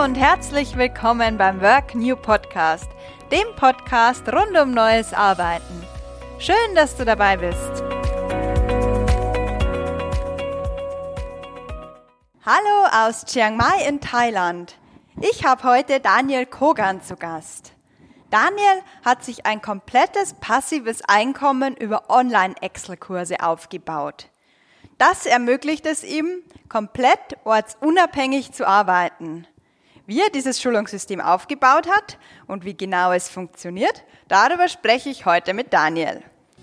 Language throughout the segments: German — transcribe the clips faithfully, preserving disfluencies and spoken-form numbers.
und herzlich willkommen beim Work New Podcast, dem Podcast rund um neues Arbeiten. Schön, dass du dabei bist. Hallo aus Chiang Mai in Thailand. Ich habe heute Daniel Kogan zu Gast. Daniel hat sich ein komplettes passives Einkommen über Online-Excel-Kurse aufgebaut. Das ermöglicht es ihm, komplett ortsunabhängig zu arbeiten. Wie er dieses Schulungssystem aufgebaut hat und wie genau es funktioniert, darüber spreche ich heute mit Daniel.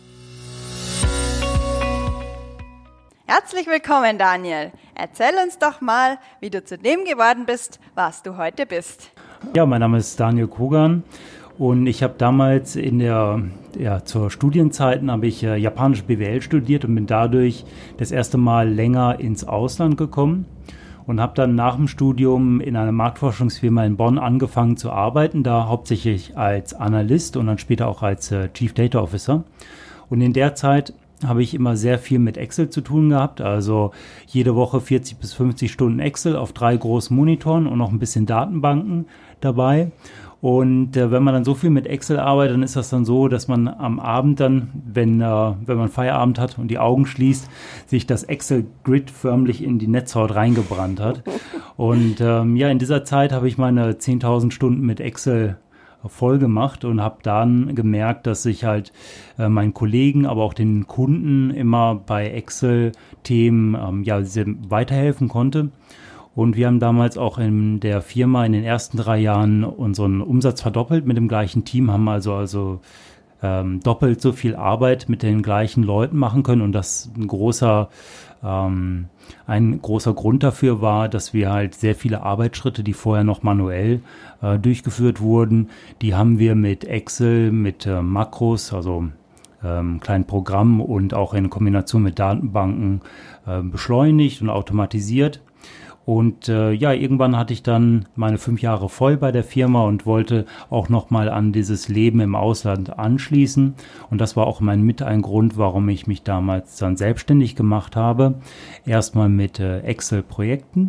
Herzlich willkommen, Daniel. Erzähl uns doch mal, wie du zu dem geworden bist, was du heute bist. Ja, mein Name ist Daniel Kogan. Und ich habe damals in der, ja, zur Studienzeiten habe ich äh, japanische B W L studiert und bin dadurch das erste Mal länger ins Ausland gekommen und habe dann nach dem Studium in einer Marktforschungsfirma in Bonn angefangen zu arbeiten, da hauptsächlich als Analyst und dann später auch als äh, Chief Data Officer. Und in der Zeit habe ich immer sehr viel mit Excel zu tun gehabt, also jede Woche vierzig bis fünfzig Stunden Excel auf drei großen Monitoren und noch ein bisschen Datenbanken dabei. Und äh, wenn man dann so viel mit Excel arbeitet, dann ist das dann so, dass man am Abend dann, wenn, äh, wenn man Feierabend hat und die Augen schließt, sich das Excel-Grid förmlich in die Netzhaut reingebrannt hat. Und ähm, ja, in dieser Zeit habe ich meine zehntausend Stunden mit Excel voll gemacht und habe dann gemerkt, dass ich halt äh, meinen Kollegen, aber auch den Kunden immer bei Excel-Themen ähm, ja, sehr weiterhelfen konnte. Und wir haben damals auch in der Firma in den ersten drei Jahren unseren Umsatz verdoppelt mit dem gleichen Team, haben also also ähm, doppelt so viel Arbeit mit den gleichen Leuten machen können. Und das ein großer ähm, ein großer Grund dafür war, dass wir halt sehr viele Arbeitsschritte, die vorher noch manuell äh, durchgeführt wurden, die haben wir mit Excel, mit äh, Makros, also ähm, kleinen Programmen und auch in Kombination mit Datenbanken äh, beschleunigt und automatisiert. Und äh, ja, irgendwann hatte ich dann meine fünf Jahre voll bei der Firma und wollte auch nochmal an dieses Leben im Ausland anschließen. Und das war auch mein mit ein Grund, warum ich mich damals dann selbstständig gemacht habe. Erstmal mit äh, Excel-Projekten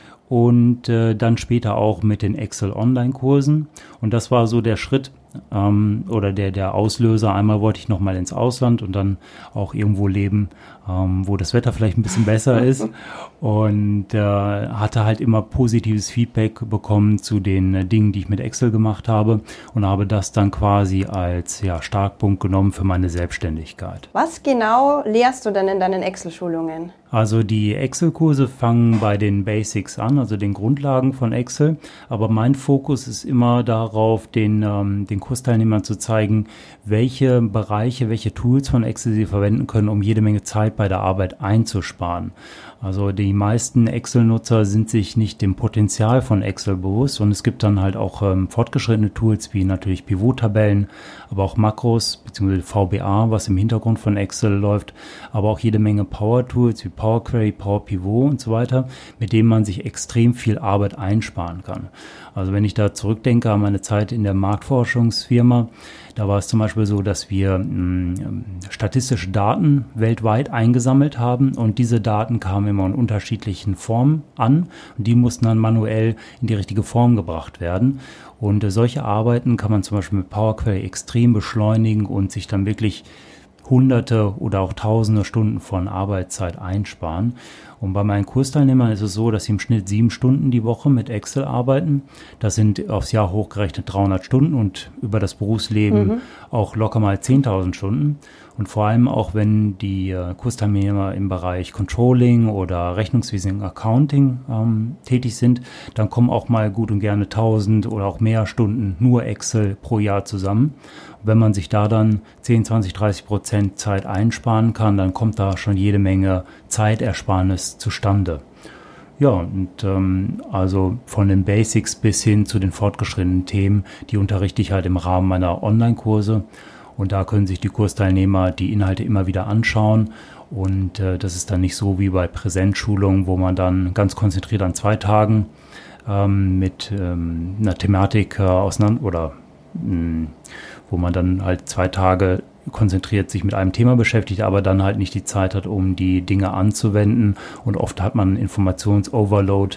und äh, dann später auch mit den Excel-Online-Kursen. Und das war so der Schritt ähm, oder der, der Auslöser. Einmal wollte ich nochmal ins Ausland und dann auch irgendwo leben, ähm, wo das Wetter vielleicht ein bisschen besser ist. Und äh, hatte halt immer positives Feedback bekommen zu den äh, Dingen, die ich mit Excel gemacht habe und habe das dann quasi als ja, Startpunkt genommen für meine Selbstständigkeit. Was genau lehrst du denn in deinen Excel-Schulungen? Also die Excel-Kurse fangen bei den Basics an, also den Grundlagen von Excel. Aber mein Fokus ist immer darauf, den, ähm, den Kursteilnehmern zu zeigen, welche Bereiche, welche Tools von Excel sie verwenden können, um jede Menge Zeit bei der Arbeit einzusparen. Also die meisten Excel-Nutzer sind sich nicht dem Potenzial von Excel bewusst und es gibt dann halt auch ähm, fortgeschrittene Tools wie natürlich Pivot-Tabellen, aber auch Makros bzw. V B A, was im Hintergrund von Excel läuft, aber auch jede Menge Power-Tools wie Power Query, Power Pivot und so weiter, mit denen man sich extrem viel Arbeit einsparen kann. Also wenn ich da zurückdenke an meine Zeit in der Marktforschungsfirma, da war es zum Beispiel so, dass wir mh, statistische Daten weltweit eingesammelt haben und diese Daten kamen immer in unterschiedlichen Formen an und die mussten dann manuell in die richtige Form gebracht werden. Und äh, solche Arbeiten kann man zum Beispiel mit Power Query extrem beschleunigen und sich dann wirklich Hunderte oder auch Tausende Stunden von Arbeitszeit einsparen. Und bei meinen Kursteilnehmern ist es so, dass sie im Schnitt sieben Stunden die Woche mit Excel arbeiten. Das sind aufs Jahr hochgerechnet dreihundert Stunden und über das Berufsleben mhm. auch locker mal zehntausend Stunden. Und vor allem auch, wenn die äh, Kursteilnehmer im Bereich Controlling oder Rechnungswesen, Accounting ähm, tätig sind, dann kommen auch mal gut und gerne tausend oder auch mehr Stunden nur Excel pro Jahr zusammen. Wenn man sich da dann zehn, zwanzig, dreißig Prozent Zeit einsparen kann, dann kommt da schon jede Menge Zeitersparnis zustande. Ja, und ähm, also von den Basics bis hin zu den fortgeschrittenen Themen, die unterrichte ich halt im Rahmen meiner Online-Kurse. Und da können sich die Kursteilnehmer die Inhalte immer wieder anschauen. Und äh, das ist dann nicht so wie bei Präsenzschulungen, wo man dann ganz konzentriert an zwei Tagen ähm, mit ähm, einer Thematik äh, auseinander oder mh, wo man dann halt zwei Tage konzentriert sich mit einem Thema beschäftigt, aber dann halt nicht die Zeit hat, um die Dinge anzuwenden. Und oft hat man Informationsoverload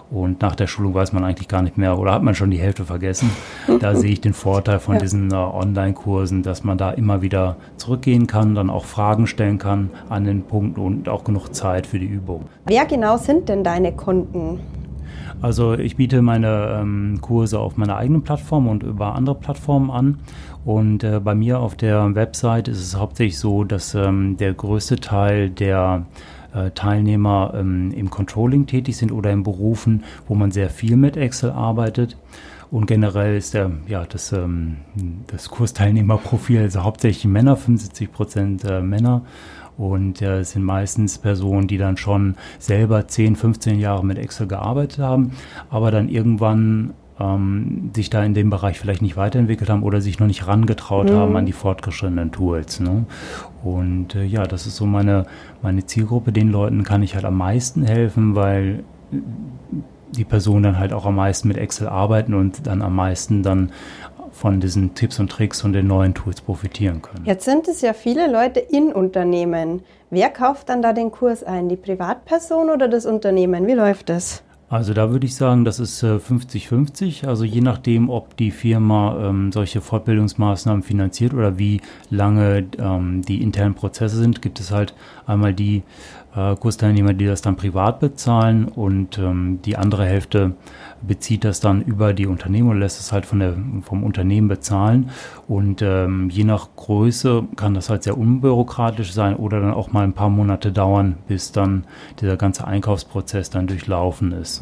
Und nach der Schulung weiß man eigentlich gar nicht mehr oder hat man schon die Hälfte vergessen. Da sehe ich den Vorteil von ja. diesen äh, Online-Kursen, dass man da immer wieder zurückgehen kann, dann auch Fragen stellen kann an den Punkten und auch genug Zeit für die Übung. Wer genau sind denn deine Kunden? Also ich biete meine ähm, Kurse auf meiner eigenen Plattform und über andere Plattformen an. Und äh, bei mir auf der Website ist es hauptsächlich so, dass ähm, der größte Teil der Teilnehmer ähm, im Controlling tätig sind oder in Berufen, wo man sehr viel mit Excel arbeitet. Und generell ist der, ja, das, ähm, das Kursteilnehmerprofil also hauptsächlich Männer, fünfundsiebzig Prozent äh, Männer. Und äh, es sind meistens Personen, die dann schon selber zehn, fünfzehn Jahre mit Excel gearbeitet haben, aber dann irgendwann ähm, sich da in dem Bereich vielleicht nicht weiterentwickelt haben oder sich noch nicht rangetraut mhm. haben an die fortgeschrittenen Tools. Ne? Und äh, ja, das ist so meine, meine Zielgruppe. Den Leuten kann ich halt am meisten helfen, weil die Personen dann halt auch am meisten mit Excel arbeiten und dann am meisten dann von diesen Tipps und Tricks und den neuen Tools profitieren können. Jetzt sind es ja viele Leute in Unternehmen. Wer kauft dann da den Kurs ein? Die Privatperson oder das Unternehmen? Wie läuft das? Also da würde ich sagen, das ist äh, fünfzig fünfzig, also je nachdem, ob die Firma ähm, solche Fortbildungsmaßnahmen finanziert oder wie lange ähm, die internen Prozesse sind, gibt es halt einmal die äh, Kursteilnehmer, die das dann privat bezahlen und ähm, die andere Hälfte bezieht das dann über die Unternehmen und lässt es halt von der, vom Unternehmen bezahlen. Und ähm, je nach Größe kann das halt sehr unbürokratisch sein oder dann auch mal ein paar Monate dauern, bis dann dieser ganze Einkaufsprozess dann durchlaufen ist.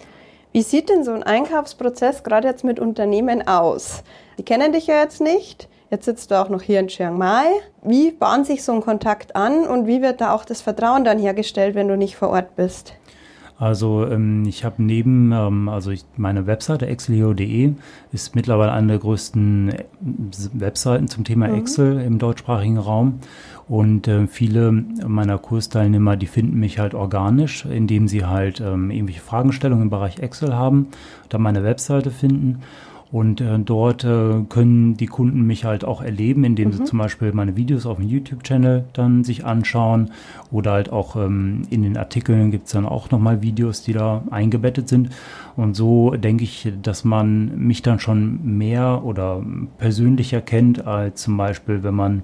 Wie sieht denn so ein Einkaufsprozess gerade jetzt mit Unternehmen aus? Die kennen dich ja jetzt nicht. Jetzt sitzt du auch noch hier in Chiang Mai. Wie bahnt sich so ein Kontakt an und wie wird da auch das Vertrauen dann hergestellt, wenn du nicht vor Ort bist? Also ähm, ich habe neben, ähm, also ich, meine Webseite excelio punkt de ist mittlerweile eine der größten Webseiten zum Thema mhm. Excel im deutschsprachigen Raum. Und äh, viele meiner Kursteilnehmer, die finden mich halt organisch, indem sie halt ähm, irgendwelche Fragestellungen im Bereich Excel haben, dann meine Webseite finden. Und äh, dort äh, können die Kunden mich halt auch erleben, indem mhm. sie zum Beispiel meine Videos auf dem YouTube-Channel dann sich anschauen oder halt auch ähm, in den Artikeln gibt es dann auch nochmal Videos, die da eingebettet sind. Und so denke ich, dass man mich dann schon mehr oder persönlicher kennt, als zum Beispiel, wenn man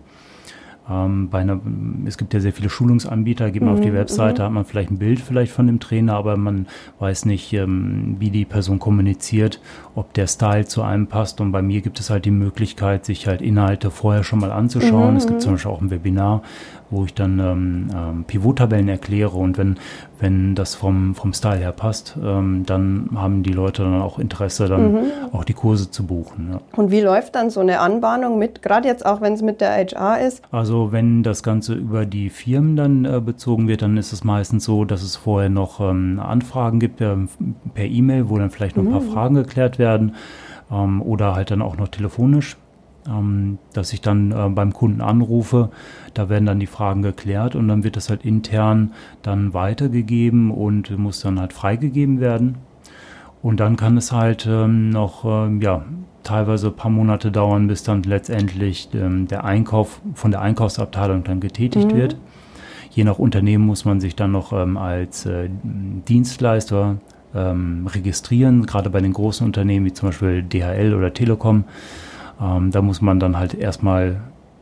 Ähm, bei einer, es gibt ja sehr viele Schulungsanbieter, geht man mhm, auf die Webseite, mhm. hat man vielleicht ein Bild vielleicht von dem Trainer, aber man weiß nicht, ähm, wie die Person kommuniziert, ob der Style zu einem passt. Und bei mir gibt es halt die Möglichkeit, sich halt Inhalte vorher schon mal anzuschauen. Mhm, es gibt zum Beispiel auch ein Webinar, wo ich dann ähm, ähm, Pivot-Tabellen erkläre und wenn, wenn das vom, vom Style her passt, ähm, dann haben die Leute dann auch Interesse, dann mhm. auch die Kurse zu buchen. Ja. Und wie läuft dann so eine Anbahnung mit, gerade jetzt auch, wenn es mit der H R ist? Also wenn das Ganze über die Firmen dann äh, bezogen wird, dann ist es meistens so, dass es vorher noch ähm, Anfragen gibt äh, per E-Mail, wo dann vielleicht noch ein paar mhm. Fragen geklärt werden ähm, oder halt dann auch noch telefonisch. Ähm, dass ich dann äh, beim Kunden anrufe, da werden dann die Fragen geklärt und dann wird das halt intern dann weitergegeben und muss dann halt freigegeben werden. Und dann kann es halt ähm, noch, ähm, ja, teilweise ein paar Monate dauern, bis dann letztendlich ähm, der Einkauf von der Einkaufsabteilung dann getätigt mhm. wird. Je nach Unternehmen muss man sich dann noch ähm, als äh, Dienstleister ähm, registrieren, gerade bei den großen Unternehmen wie zum Beispiel D H L oder Telekom. Ähm, da muss man dann halt erstmal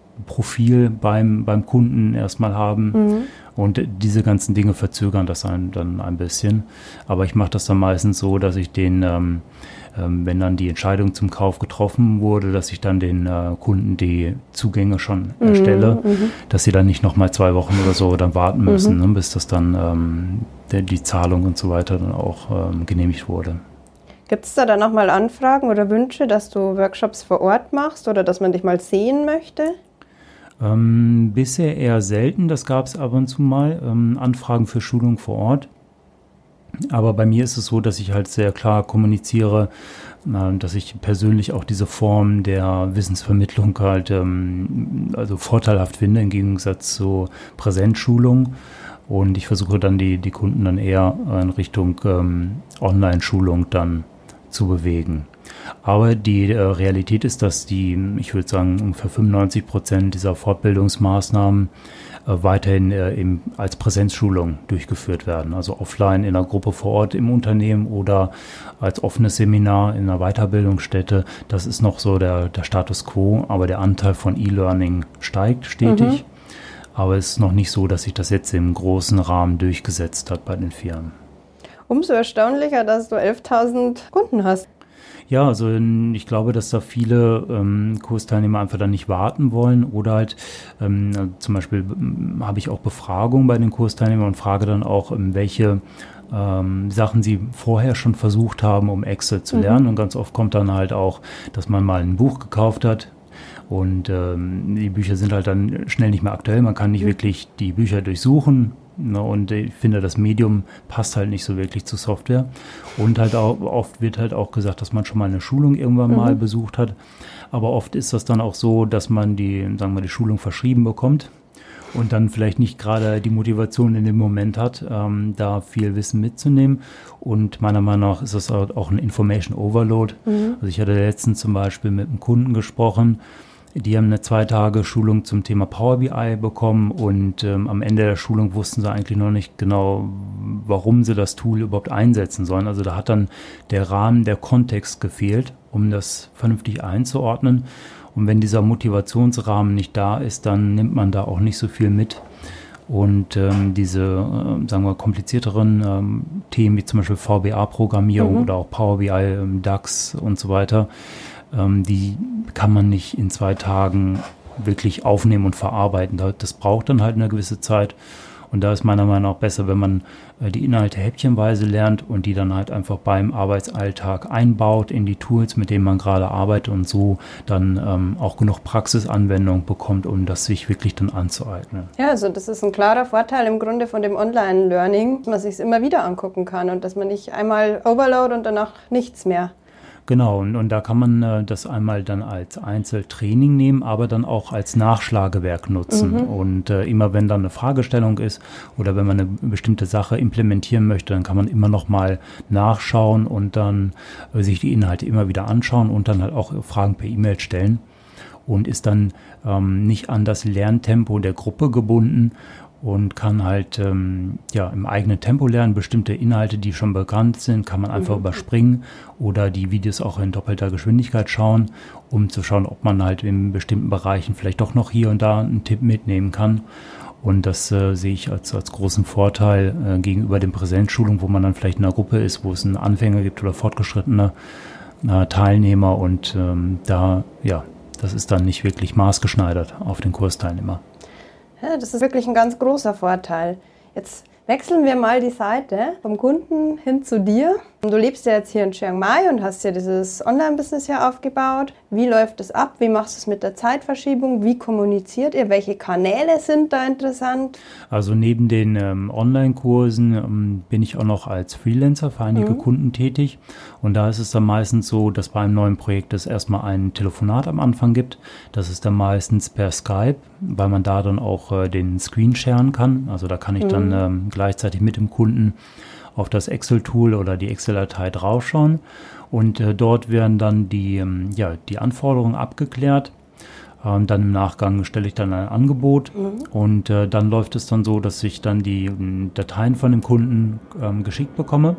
Profil beim, beim Kunden erstmal haben mhm. und diese ganzen Dinge verzögern das ein, dann ein bisschen. Aber ich mache das dann meistens so, dass ich den, ähm, ähm, wenn dann die Entscheidung zum Kauf getroffen wurde, dass ich dann den äh, Kunden die Zugänge schon mhm. erstelle, mhm. dass sie dann nicht nochmal zwei Wochen oder so dann warten müssen, mhm. ne, bis das dann ähm, der, die Zahlung und so weiter dann auch ähm, genehmigt wurde. Gibt es da dann nochmal Anfragen oder Wünsche, dass du Workshops vor Ort machst oder dass man dich mal sehen möchte? Ähm, bisher eher selten, das gab es ab und zu mal, ähm, Anfragen für Schulung vor Ort. Aber bei mir ist es so, dass ich halt sehr klar kommuniziere, äh, dass ich persönlich auch diese Form der Wissensvermittlung halt ähm, also vorteilhaft finde im Gegensatz zu Präsenzschulung. Und ich versuche dann die, die Kunden dann eher in Richtung ähm, Online-Schulung dann zu bewegen. Aber die äh, Realität ist, dass die, ich würde sagen, ungefähr fünfundneunzig Prozent dieser Fortbildungsmaßnahmen äh, weiterhin äh, eben als Präsenzschulung durchgeführt werden. Also offline in einer Gruppe vor Ort im Unternehmen oder als offenes Seminar in einer Weiterbildungsstätte. Das ist noch so der, der Status quo, aber der Anteil von E-Learning steigt stetig. Mhm. Aber es ist noch nicht so, dass sich das jetzt im großen Rahmen durchgesetzt hat bei den Firmen. Umso erstaunlicher, dass du elftausend Kunden hast. Ja, also ich glaube, dass da viele ähm, Kursteilnehmer einfach dann nicht warten wollen oder halt ähm, also zum Beispiel ähm, habe ich auch Befragungen bei den Kursteilnehmern und frage dann auch, ähm, welche ähm, Sachen sie vorher schon versucht haben, um Excel zu lernen. Mhm. Und ganz oft kommt dann halt auch, dass man mal ein Buch gekauft hat. Und ähm, die Bücher sind halt dann schnell nicht mehr aktuell. Man kann nicht mhm. wirklich die Bücher durchsuchen. Ne, und ich finde, das Medium passt halt nicht so wirklich zu Software. Und halt auch oft wird halt auch gesagt, dass man schon mal eine Schulung irgendwann mhm. mal besucht hat. Aber oft ist das dann auch so, dass man die, sagen wir, die Schulung verschrieben bekommt und dann vielleicht nicht gerade die Motivation in dem Moment hat, ähm, da viel Wissen mitzunehmen. Und meiner Meinung nach ist das auch ein Information Overload. Mhm. Also ich hatte letztens zum Beispiel mit einem Kunden gesprochen. Die haben eine zwei Tage Schulung zum Thema Power B I bekommen und ähm, am Ende der Schulung wussten sie eigentlich noch nicht genau, warum sie das Tool überhaupt einsetzen sollen. Also da hat dann der Rahmen, der Kontext gefehlt, um das vernünftig einzuordnen. Und wenn dieser Motivationsrahmen nicht da ist, dann nimmt man da auch nicht so viel mit. Und ähm, diese, äh, sagen wir, komplizierteren ähm, Themen wie zum Beispiel V B A-Programmierung mhm. oder auch Power B I, ähm, DAX und so weiter, ähm, die kann man nicht in zwei Tagen wirklich aufnehmen und verarbeiten. Das braucht dann halt eine gewisse Zeit. Und da ist meiner Meinung nach besser, wenn man äh, die Inhalte häppchenweise lernt und die dann halt einfach beim Arbeitsalltag einbaut in die Tools, mit denen man gerade arbeitet und so dann ähm, auch genug Praxisanwendung bekommt, um das sich wirklich dann anzueignen. Ja, also das ist ein klarer Vorteil im Grunde von dem Online-Learning, dass man sich es immer wieder angucken kann und dass man nicht einmal Overload und danach nichts mehr. Genau, und, und da kann man äh, das einmal dann als Einzeltraining nehmen, aber dann auch als Nachschlagewerk nutzen. Mhm. Und äh, immer wenn dann eine Fragestellung ist oder wenn man eine bestimmte Sache implementieren möchte, dann kann man immer noch mal nachschauen und dann äh, sich die Inhalte immer wieder anschauen und dann halt auch Fragen per E-Mail stellen und ist dann ähm, nicht an das Lerntempo der Gruppe gebunden und kann halt ähm, ja im eigenen Tempo lernen. Bestimmte Inhalte, die schon bekannt sind, kann man einfach mhm. überspringen oder die Videos auch in doppelter Geschwindigkeit schauen, um zu schauen, ob man halt in bestimmten Bereichen vielleicht doch noch hier und da einen Tipp mitnehmen kann. Und das äh, sehe ich als, als großen Vorteil äh, gegenüber den Präsenzschulungen, wo man dann vielleicht in einer Gruppe ist, wo es einen Anfänger gibt oder fortgeschrittene äh, Teilnehmer und ähm, da, ja, das ist dann nicht wirklich maßgeschneidert auf den Kursteilnehmer. Ja, das ist wirklich ein ganz großer Vorteil. Jetzt wechseln wir mal die Seite vom Kunden hin zu dir. Du lebst ja jetzt hier in Chiang Mai und hast ja dieses Online-Business ja aufgebaut. Wie läuft es ab? Wie machst du es mit der Zeitverschiebung? Wie kommuniziert ihr? Welche Kanäle sind da interessant? Also neben den ähm, Online-Kursen ähm, bin ich auch noch als Freelancer für einige mhm. Kunden tätig. Und da ist es dann meistens so, dass bei einem neuen Projekt es erstmal ein Telefonat am Anfang gibt. Das ist dann meistens per Skype, weil man da dann auch äh, den Screen sharen kann. Also da kann ich mhm. dann ähm, gleichzeitig mit dem Kunden auf das Excel-Tool oder die Excel-Datei draufschauen und äh, dort werden dann die, ähm, ja, die Anforderungen abgeklärt. Ähm, dann im Nachgang stelle ich dann ein Angebot mhm. und äh, dann läuft es dann so, dass ich dann die ähm, Dateien von dem Kunden ähm, geschickt bekomme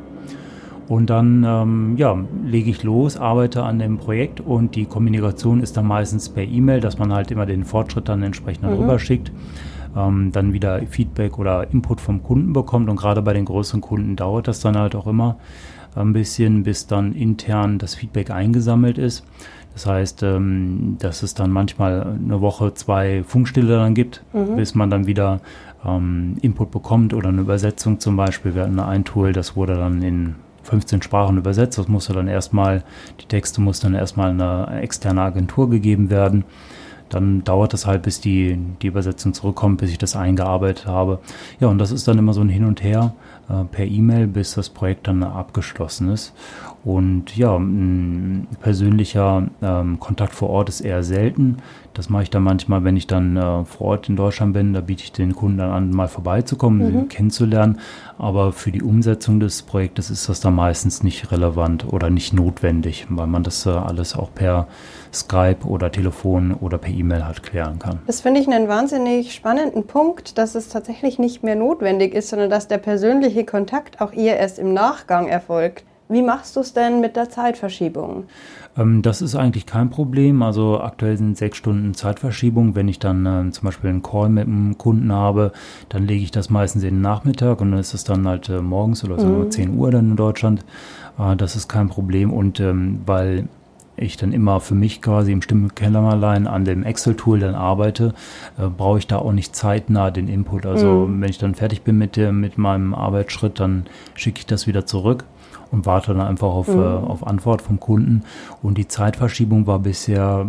und dann ähm, ja, lege ich los, arbeite an dem Projekt und die Kommunikation ist dann meistens per E-Mail, dass man halt immer den Fortschritt dann entsprechend mhm. rüberschickt. Ähm, dann wieder Feedback oder Input vom Kunden bekommt und gerade bei den größeren Kunden dauert das dann halt auch immer ein bisschen, bis dann intern das Feedback eingesammelt ist. Das heißt, ähm, dass es dann manchmal eine Woche, zwei Funkstille dann gibt, mhm. bis man dann wieder ähm, Input bekommt oder eine Übersetzung zum Beispiel. Wir hatten ein Tool, das wurde dann in fünfzehn Sprachen übersetzt. Das musste dann erstmal, die Texte mussten dann erstmal einer externen Agentur gegeben werden. dann dauert es halt, bis die, die Übersetzung zurückkommt, bis ich das eingearbeitet habe. Ja, und das ist dann immer so ein Hin und Her äh, per E-Mail, bis das Projekt dann abgeschlossen ist. Und ja, ein persönlicher ähm, Kontakt vor Ort ist eher selten. Das mache ich dann manchmal, wenn ich dann äh, vor Ort in Deutschland bin. Da biete ich den Kunden dann an, mal vorbeizukommen, mhm. sie kennenzulernen. Aber für die Umsetzung des Projektes ist das dann meistens nicht relevant oder nicht notwendig, weil man das äh, alles auch per Skype oder Telefon oder per E-Mail halt klären kann. Das finde ich einen wahnsinnig spannenden Punkt, dass es tatsächlich nicht mehr notwendig ist, sondern dass der persönliche Kontakt auch eher erst im Nachgang erfolgt. Wie machst du es denn mit der Zeitverschiebung? Ähm, das ist eigentlich kein Problem. Also aktuell sind sechs Stunden Zeitverschiebung. Wenn ich dann äh, zum Beispiel einen Call mit einem Kunden habe, dann lege ich das meistens in den Nachmittag und dann ist es dann halt äh, morgens oder so mhm. zehn Uhr dann in Deutschland. Äh, das ist kein Problem. Und ähm, weil ich dann immer für mich quasi im Stimmkämmerlein an dem Excel-Tool dann arbeite, äh, brauche ich da auch nicht zeitnah den Input. Also mhm. wenn ich dann fertig bin mit, der, mit meinem Arbeitsschritt, dann schicke ich das wieder zurück und warte dann einfach auf, mhm. äh, auf Antwort vom Kunden. Und die Zeitverschiebung war bisher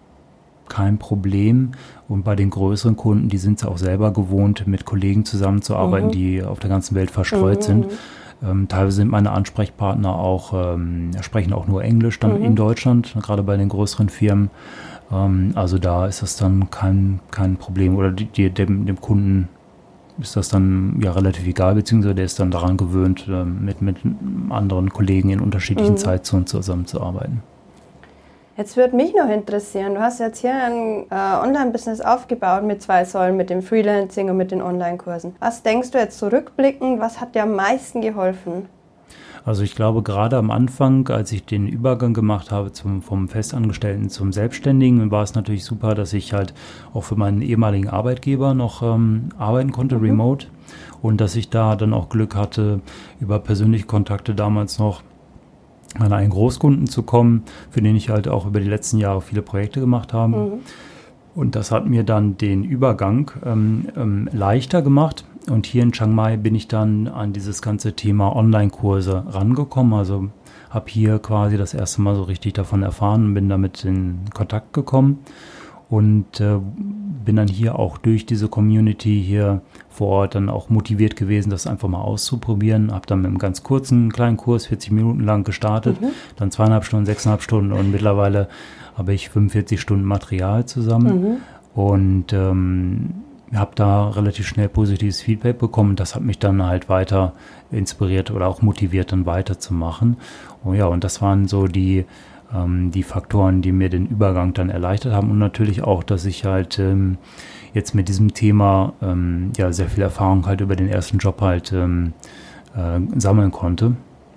kein Problem. Und bei den größeren Kunden, die sind es auch selber gewohnt, mit Kollegen zusammenzuarbeiten, mhm. die auf der ganzen Welt verstreut mhm. sind. Ähm, teilweise sind meine Ansprechpartner auch, ähm, sprechen auch nur Englisch dann mhm. in Deutschland, gerade bei den größeren Firmen. Ähm, also da ist das dann kein, kein Problem. Oder die, die, dem, dem Kunden ist das dann ja relativ egal, beziehungsweise der ist dann daran gewöhnt, mit, mit anderen Kollegen in unterschiedlichen mhm. Zeitzonen zusammenzuarbeiten. Jetzt würde mich noch interessieren, du hast jetzt hier ein äh, Online-Business aufgebaut mit zwei Säulen, mit dem Freelancing und mit den Online-Kursen. Was denkst du jetzt zurückblickend, was hat dir am meisten geholfen? Also ich glaube, gerade am Anfang, als ich den Übergang gemacht habe zum, vom Festangestellten zum Selbstständigen, war es natürlich super, dass ich halt auch für meinen ehemaligen Arbeitgeber noch ähm, arbeiten konnte, mhm. remote. Und dass ich da dann auch Glück hatte, über persönliche Kontakte damals noch an einen Großkunden zu kommen, für den ich halt auch über die letzten Jahre viele Projekte gemacht habe. Mhm. Und das hat mir dann den Übergang ähm, ähm, leichter gemacht. Und hier in Chiang Mai bin ich dann an dieses ganze Thema Online-Kurse rangekommen. Also habe hier quasi das erste Mal so richtig davon erfahren und bin damit in Kontakt gekommen. Und äh, bin dann hier auch durch diese Community hier vor Ort dann auch motiviert gewesen, das einfach mal auszuprobieren. Habe dann mit einem ganz kurzen kleinen Kurs vierzig Minuten lang gestartet, mhm. dann zweieinhalb Stunden, sechseinhalb Stunden und mittlerweile habe ich fünfundvierzig Stunden Material zusammen mhm. und ähm, habe da relativ schnell positives Feedback bekommen. Das hat mich dann halt weiter inspiriert oder auch motiviert, dann weiterzumachen. Oh ja, und das waren so die ähm, die Faktoren, die mir den Übergang dann erleichtert haben und natürlich auch, dass ich halt ähm, jetzt mit diesem Thema ähm, ja sehr viel Erfahrung halt über den ersten Job halt ähm, äh, sammeln konnte.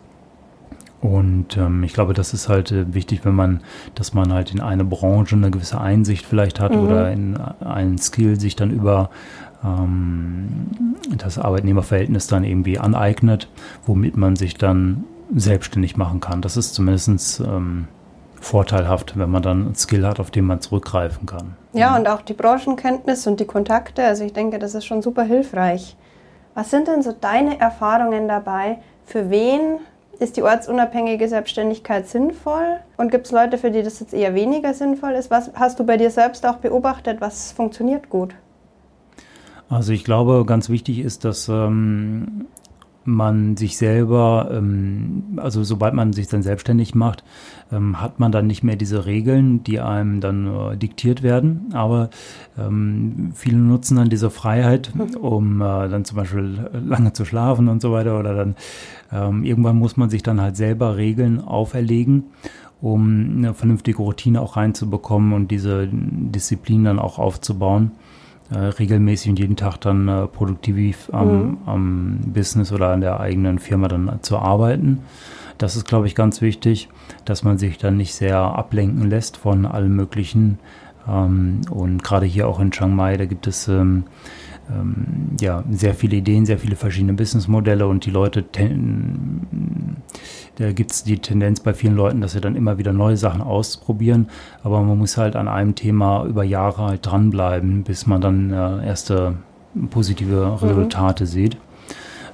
Und ähm, ich glaube, das ist halt äh, wichtig, wenn man, dass man halt in eine Branche eine gewisse Einsicht vielleicht hat mhm. oder in einen Skill sich dann über ähm, das Arbeitnehmerverhältnis dann irgendwie aneignet, womit man sich dann selbstständig machen kann. Das ist zumindest ähm, vorteilhaft, wenn man dann einen Skill hat, auf den man zurückgreifen kann. Ja, und auch die Branchenkenntnis und die Kontakte, also ich denke, das ist schon super hilfreich. Was sind denn so deine Erfahrungen dabei? Für wen ist die ortsunabhängige Selbstständigkeit sinnvoll? Und gibt es Leute, für die das jetzt eher weniger sinnvoll ist? Was hast du bei dir selbst auch beobachtet? Was funktioniert gut? Also ich glaube, ganz wichtig ist, dass ähm, man sich selber, ähm, also sobald man sich dann selbstständig macht, ähm, hat man dann nicht mehr diese Regeln, die einem dann äh, diktiert werden. Aber ähm, viele nutzen dann diese Freiheit, um äh, dann zum Beispiel lange zu schlafen und so weiter. Oder dann ähm, irgendwann muss man sich dann halt selber Regeln auferlegen, um eine vernünftige Routine auch reinzubekommen und diese Disziplin dann auch aufzubauen. Äh, regelmäßig und jeden Tag dann äh, produktiv am, mhm. am Business oder an der eigenen Firma dann äh, zu arbeiten. Das ist, glaube ich, ganz wichtig, dass man sich dann nicht sehr ablenken lässt von allem Möglichen. Ähm, und gerade hier auch in Chiang Mai, da gibt es ähm, ähm, ja sehr viele Ideen, sehr viele verschiedene Businessmodelle und die Leute, ten, da gibt es die Tendenz bei vielen Leuten, dass sie dann immer wieder neue Sachen ausprobieren, aber man muss halt an einem Thema über Jahre halt dranbleiben, bis man dann äh, erste positive Resultate mhm. sieht.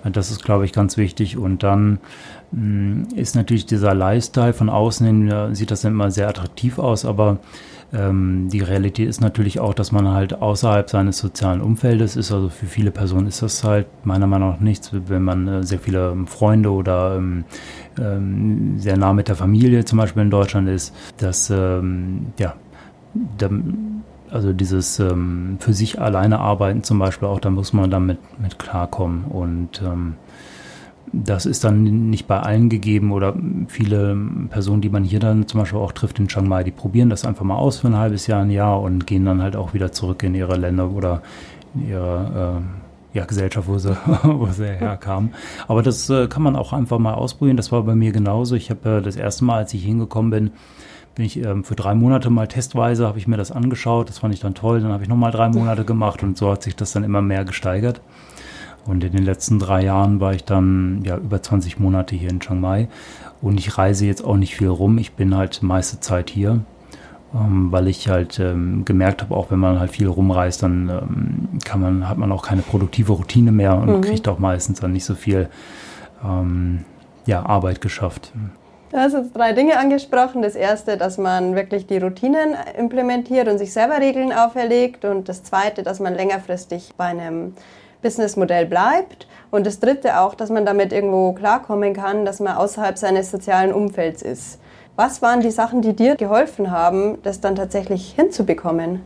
Das ist, glaube ich, ganz wichtig. Und dann mh, ist natürlich dieser Lifestyle von außen hin, ja, sieht das dann immer sehr attraktiv aus, aber ähm, die Realität ist natürlich auch, dass man halt außerhalb seines sozialen Umfeldes ist. Also für viele Personen ist das halt meiner Meinung nach nichts, wenn man äh, sehr viele Freunde oder ähm, ähm, sehr nah mit der Familie zum Beispiel in Deutschland ist, dass ähm, ja, da, also dieses ähm, für sich alleine arbeiten zum Beispiel auch, da muss man damit mit klarkommen. Und ähm, das ist dann nicht bei allen gegeben oder viele Personen, die man hier dann zum Beispiel auch trifft in Chiang Mai, die probieren das einfach mal aus für ein halbes Jahr, ein Jahr und gehen dann halt auch wieder zurück in ihre Länder oder in ihre äh, ja, Gesellschaft, wo sie, wo sie herkamen. Aber das äh, kann man auch einfach mal ausprobieren. Das war bei mir genauso. Ich habe äh, das erste Mal, als ich hingekommen bin, bin ich ähm, für drei Monate mal testweise, habe ich mir das angeschaut. Das fand ich dann toll. Dann habe ich nochmal drei Monate gemacht und so hat sich das dann immer mehr gesteigert. Und in den letzten drei Jahren war ich dann ja über zwanzig Monate hier in Chiang Mai. Und ich reise jetzt auch nicht viel rum. Ich bin halt meiste Zeit hier, ähm, weil ich halt ähm, gemerkt habe, auch wenn man halt viel rumreist, dann ähm, kann man, hat man auch keine produktive Routine mehr und mhm. kriegt auch meistens dann nicht so viel ähm, ja, Arbeit geschafft. Du hast jetzt drei Dinge angesprochen. Das erste, dass man wirklich die Routinen implementiert und sich selber Regeln auferlegt. Und das zweite, dass man längerfristig bei einem Businessmodell bleibt. Und das dritte auch, dass man damit irgendwo klarkommen kann, dass man außerhalb seines sozialen Umfelds ist. Was waren die Sachen, die dir geholfen haben, das dann tatsächlich hinzubekommen?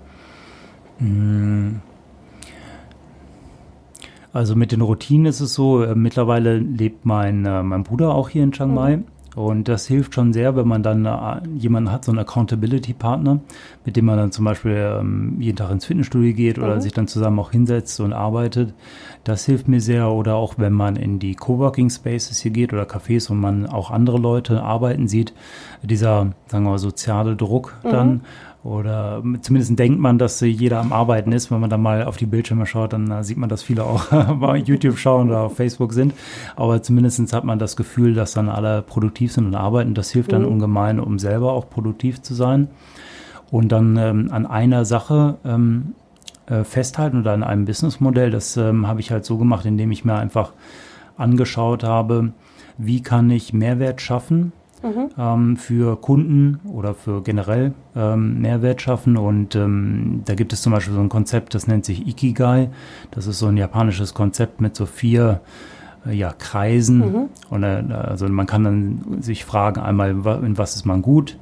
Also mit den Routinen ist es so, äh, mittlerweile lebt mein, äh, mein Bruder auch hier in Chiang Mai. Mhm. Und das hilft schon sehr, wenn man dann äh, jemanden hat, so einen Accountability-Partner, mit dem man dann zum Beispiel ähm, jeden Tag ins Fitnessstudio geht oder mhm. sich dann zusammen auch hinsetzt und arbeitet. Das hilft mir sehr. Oder auch wenn man in die Coworking Spaces hier geht oder Cafés und man auch andere Leute arbeiten sieht, dieser, sagen wir mal, soziale Druck dann. Mhm. Oder zumindest denkt man, dass jeder am Arbeiten ist. Wenn man dann mal auf die Bildschirme schaut, dann sieht man, dass viele auch bei YouTube schauen oder auf Facebook sind. Aber zumindest hat man das Gefühl, dass dann alle produktiv sind und arbeiten. Das hilft dann mhm. ungemein, um selber auch produktiv zu sein. Und dann ähm, an einer Sache ähm, äh, festhalten oder an einem Businessmodell. Das ähm, habe ich halt so gemacht, indem ich mir einfach angeschaut habe, wie kann ich Mehrwert schaffen, Mhm. Ähm, für Kunden oder für generell ähm, Mehrwert schaffen. Und ähm, da gibt es zum Beispiel so ein Konzept, das nennt sich Ikigai. Das ist so ein japanisches Konzept mit so vier äh, ja, Kreisen. Mhm. Und, äh, also man kann dann sich fragen, einmal, in was ist man gut?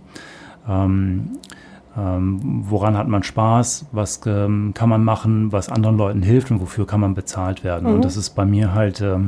Ähm, Ähm, woran hat man Spaß, was ähm, kann man machen, was anderen Leuten hilft und wofür kann man bezahlt werden. Mhm. Und das ist bei mir halt ähm,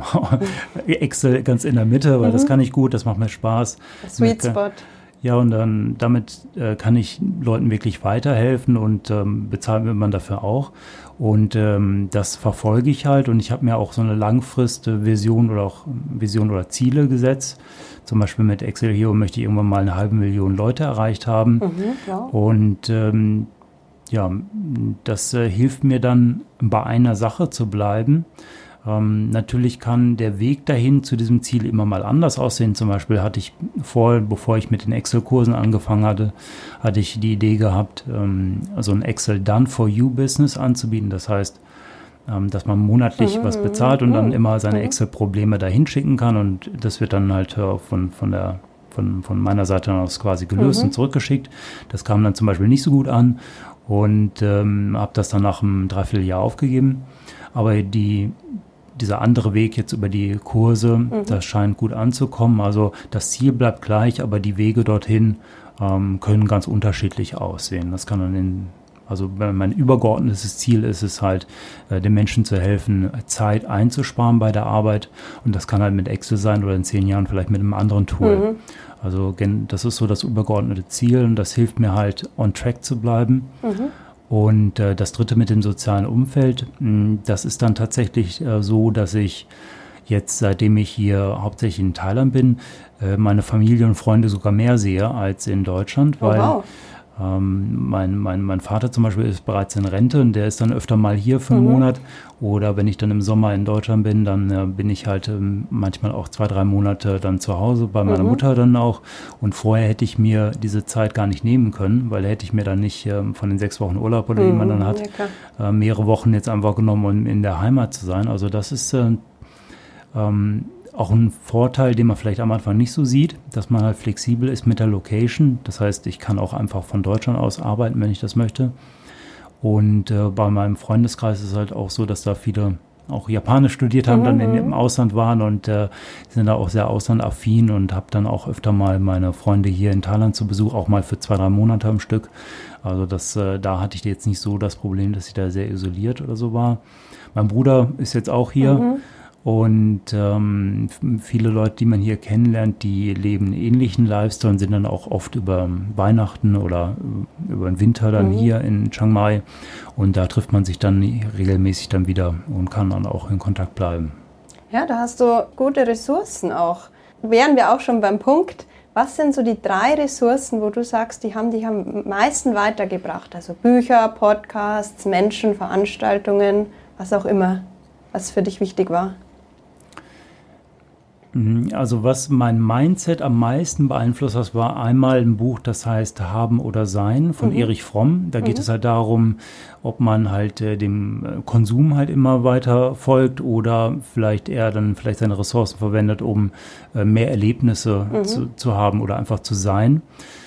Excel ganz in der Mitte, weil mhm. das kann ich gut, das macht mir Spaß. Sweet Spot. Ja, und dann damit äh, kann ich Leuten wirklich weiterhelfen und ähm, bezahlt wird man dafür auch. Und ähm, das verfolge ich halt und ich habe mir auch so eine langfristige Vision oder auch Vision oder Ziele gesetzt. Zum Beispiel mit Excel Hero möchte ich irgendwann mal eine halbe Million Leute erreicht haben. Mhm, ja. Und ähm, ja, das äh, hilft mir dann bei einer Sache zu bleiben. Ähm, natürlich kann der Weg dahin zu diesem Ziel immer mal anders aussehen. Zum Beispiel hatte ich vor, bevor ich mit den Excel-Kursen angefangen hatte, hatte ich die Idee gehabt, ähm, so ein Excel Done for You Business anzubieten. Das heißt, ähm, dass man monatlich mhm. was bezahlt und dann immer seine mhm. Excel-Probleme dahin schicken kann und das wird dann halt äh, von, von der Von, von meiner Seite aus quasi gelöst mhm. und zurückgeschickt. Das kam dann zum Beispiel nicht so gut an und ähm, habe das dann nach einem Dreivierteljahr aufgegeben. Aber die, dieser andere Weg jetzt über die Kurse, mhm. das scheint gut anzukommen. Also das Ziel bleibt gleich, aber die Wege dorthin ähm, können ganz unterschiedlich aussehen. Das kann dann in Also mein übergeordnetes Ziel ist es halt, äh, den Menschen zu helfen, Zeit einzusparen bei der Arbeit. Und das kann halt mit Excel sein oder in zehn Jahren vielleicht mit einem anderen Tool. Mhm. Also das ist so das übergeordnete Ziel und das hilft mir halt, on track zu bleiben. Mhm. Und äh, das dritte mit dem sozialen Umfeld, mh, das ist dann tatsächlich äh, so, dass ich jetzt, seitdem ich hier hauptsächlich in Thailand bin, äh, meine Familie und Freunde sogar mehr sehe als in Deutschland, weil oh, wow. Ähm, mein, mein, mein Vater zum Beispiel ist bereits in Rente und der ist dann öfter mal hier für einen mhm. Monat. Oder wenn ich dann im Sommer in Deutschland bin, dann äh, bin ich halt ähm, manchmal auch zwei, drei Monate dann zu Hause bei meiner mhm. Mutter dann auch. Und vorher hätte ich mir diese Zeit gar nicht nehmen können, weil hätte ich mir dann nicht ähm, von den sechs Wochen Urlaub oder mhm. die man dann hat, ja, äh, mehrere Wochen jetzt einfach genommen, um in der Heimat zu sein. Also das ist äh, Ähm, auch ein Vorteil, den man vielleicht am Anfang nicht so sieht, dass man halt flexibel ist mit der Location. Das heißt, ich kann auch einfach von Deutschland aus arbeiten, wenn ich das möchte. Und äh, bei meinem Freundeskreis ist es halt auch so, dass da viele auch Japanisch studiert haben, mhm. dann in, im Ausland waren und äh, sind da auch sehr auslandaffin und habe dann auch öfter mal meine Freunde hier in Thailand zu Besuch, auch mal für zwei, drei Monate am Stück. Also das, äh, da hatte ich jetzt nicht so das Problem, dass ich da sehr isoliert oder so war. Mein Bruder ist jetzt auch hier. Mhm. Und ähm, viele Leute, die man hier kennenlernt, die leben einen ähnlichen Lifestyle und sind dann auch oft über Weihnachten oder über den Winter dann mhm. hier in Chiang Mai. Und da trifft man sich dann regelmäßig dann wieder und kann dann auch in Kontakt bleiben. Ja, da hast du gute Ressourcen auch. Wären wir auch schon beim Punkt, was sind so die drei Ressourcen, wo du sagst, die haben dich am meisten weitergebracht? Also Bücher, Podcasts, Menschen, Veranstaltungen, was auch immer, was für dich wichtig war. Also was mein Mindset am meisten beeinflusst hat, war einmal ein Buch, das heißt Haben oder Sein von mhm. Erich Fromm. Da geht mhm. es halt darum, ob man halt äh, dem Konsum halt immer weiter folgt oder vielleicht eher dann vielleicht seine Ressourcen verwendet, um äh, mehr Erlebnisse mhm. zu, zu haben oder einfach zu sein.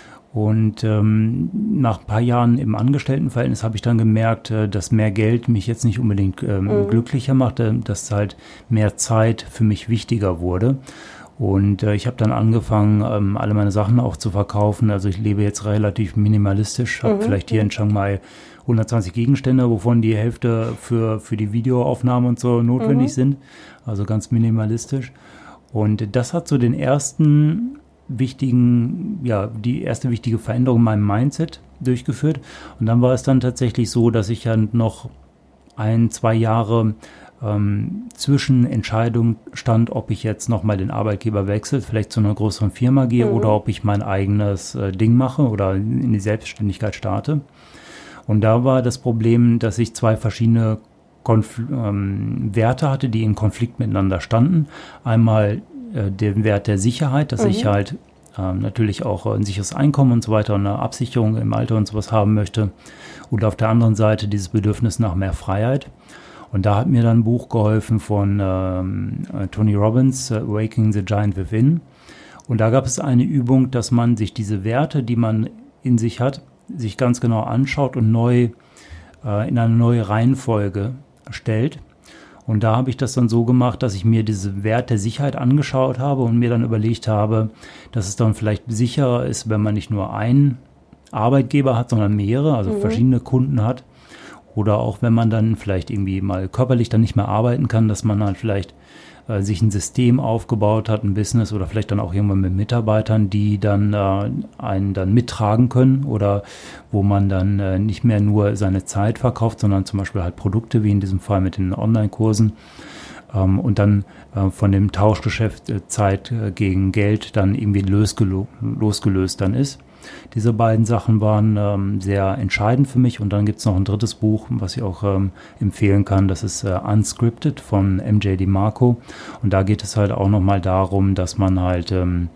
Und ähm, nach ein paar Jahren im Angestelltenverhältnis habe ich dann gemerkt, äh, dass mehr Geld mich jetzt nicht unbedingt ähm, mhm. glücklicher machte, dass halt mehr Zeit für mich wichtiger wurde. Und äh, ich habe dann angefangen, ähm, alle meine Sachen auch zu verkaufen. Also ich lebe jetzt relativ minimalistisch, habe mhm. vielleicht hier in Chiang Mai hundertzwanzig Gegenstände, wovon die Hälfte für, für die Videoaufnahme und so notwendig mhm. sind. Also ganz minimalistisch. Und das hat so den ersten... wichtigen, ja, die erste wichtige Veränderung in meinem Mindset durchgeführt. Und dann war es dann tatsächlich so, dass ich ja noch ein, zwei Jahre ähm, zwischen Entscheidung stand, ob ich jetzt nochmal den Arbeitgeber wechsle, vielleicht zu einer größeren Firma gehe mhm. oder ob ich mein eigenes äh, Ding mache oder in die Selbstständigkeit starte. Und da war das Problem, dass ich zwei verschiedene Konfl- ähm, Werte hatte, die in Konflikt miteinander standen. Einmal den Wert der Sicherheit, dass mhm. ich halt äh, natürlich auch ein sicheres Einkommen und so weiter und eine Absicherung im Alter und sowas haben möchte. Und auf der anderen Seite dieses Bedürfnis nach mehr Freiheit. Und da hat mir dann ein Buch geholfen von ähm, Tony Robbins, uh, Waking the Giant Within. Und da gab es eine Übung, dass man sich diese Werte, die man in sich hat, sich ganz genau anschaut und neu äh, in eine neue Reihenfolge stellt. Und da habe ich das dann so gemacht, dass ich mir diesen Wert der Sicherheit angeschaut habe und mir dann überlegt habe, dass es dann vielleicht sicherer ist, wenn man nicht nur einen Arbeitgeber hat, sondern mehrere, also mhm. verschiedene Kunden hat. Oder auch wenn man dann vielleicht irgendwie mal körperlich dann nicht mehr arbeiten kann, dass man halt vielleicht äh, sich ein System aufgebaut hat, ein Business oder vielleicht dann auch irgendwann mit Mitarbeitern, die dann äh, einen dann mittragen können oder wo man dann äh, nicht mehr nur seine Zeit verkauft, sondern zum Beispiel halt Produkte, wie in diesem Fall mit den Online-Kursen ähm, und dann äh, von dem Tauschgeschäft äh, Zeit äh, gegen Geld dann irgendwie losgelo- losgelöst dann ist. Diese beiden Sachen waren ähm, sehr entscheidend für mich und dann gibt es noch ein drittes Buch, was ich auch ähm, empfehlen kann, das ist äh, Unscripted von M J DeMarco und da geht es halt auch nochmal darum, dass man halt ähm,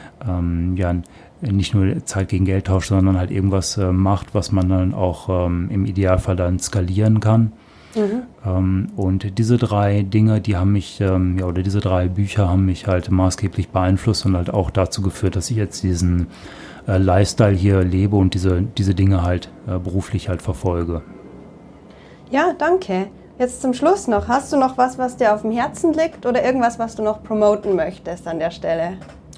ähm, ja nicht nur Zeit gegen Geld tauscht, sondern halt irgendwas äh, macht, was man dann auch ähm, im Idealfall dann skalieren kann. Mhm. Ähm, und diese drei Dinge, die haben mich, ähm, ja, oder diese drei Bücher haben mich halt maßgeblich beeinflusst und halt auch dazu geführt, dass ich jetzt diesen äh, Lifestyle hier lebe und diese, diese Dinge halt äh, beruflich halt verfolge. Ja, danke. Jetzt zum Schluss noch, hast du noch was, was dir auf dem Herzen liegt oder irgendwas, was du noch promoten möchtest an der Stelle?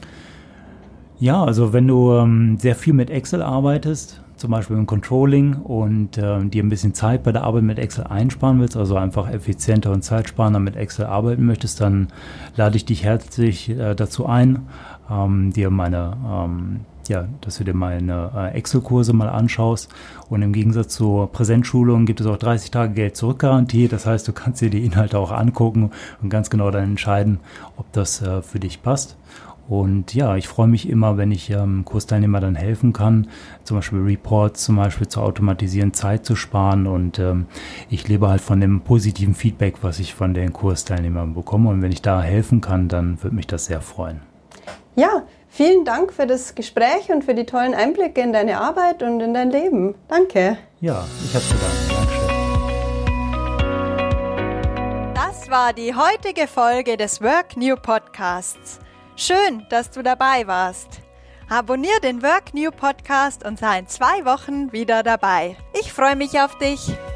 Ja, also wenn du ähm, sehr viel mit Excel arbeitest, zum Beispiel im Controlling und äh, dir ein bisschen Zeit bei der Arbeit mit Excel einsparen willst, also einfach effizienter und zeitsparender mit Excel arbeiten möchtest, dann lade ich dich herzlich äh, dazu ein, ähm, dir meine, ähm, ja, dass du dir meine äh, Excel-Kurse mal anschaust. Und im Gegensatz zur Präsenzschulung gibt es auch dreißig Tage Geld zurück Garantie. Das heißt, du kannst dir die Inhalte auch angucken und ganz genau dann entscheiden, ob das äh, für dich passt. Und ja, ich freue mich immer, wenn ich ähm, Kursteilnehmer dann helfen kann, zum Beispiel Reports zum Beispiel zu automatisieren, Zeit zu sparen und ähm, ich lebe halt von dem positiven Feedback, was ich von den Kursteilnehmern bekomme und wenn ich da helfen kann, dann würde mich das sehr freuen. Ja, vielen Dank für das Gespräch und für die tollen Einblicke in deine Arbeit und in dein Leben. Danke. Ja, ich habe zu danken. Dankeschön. Das Das war die heutige Folge des Work New Podcasts. Schön, dass du dabei warst. Abonnier den Work New Podcast und sei in zwei Wochen wieder dabei. Ich freue mich auf dich.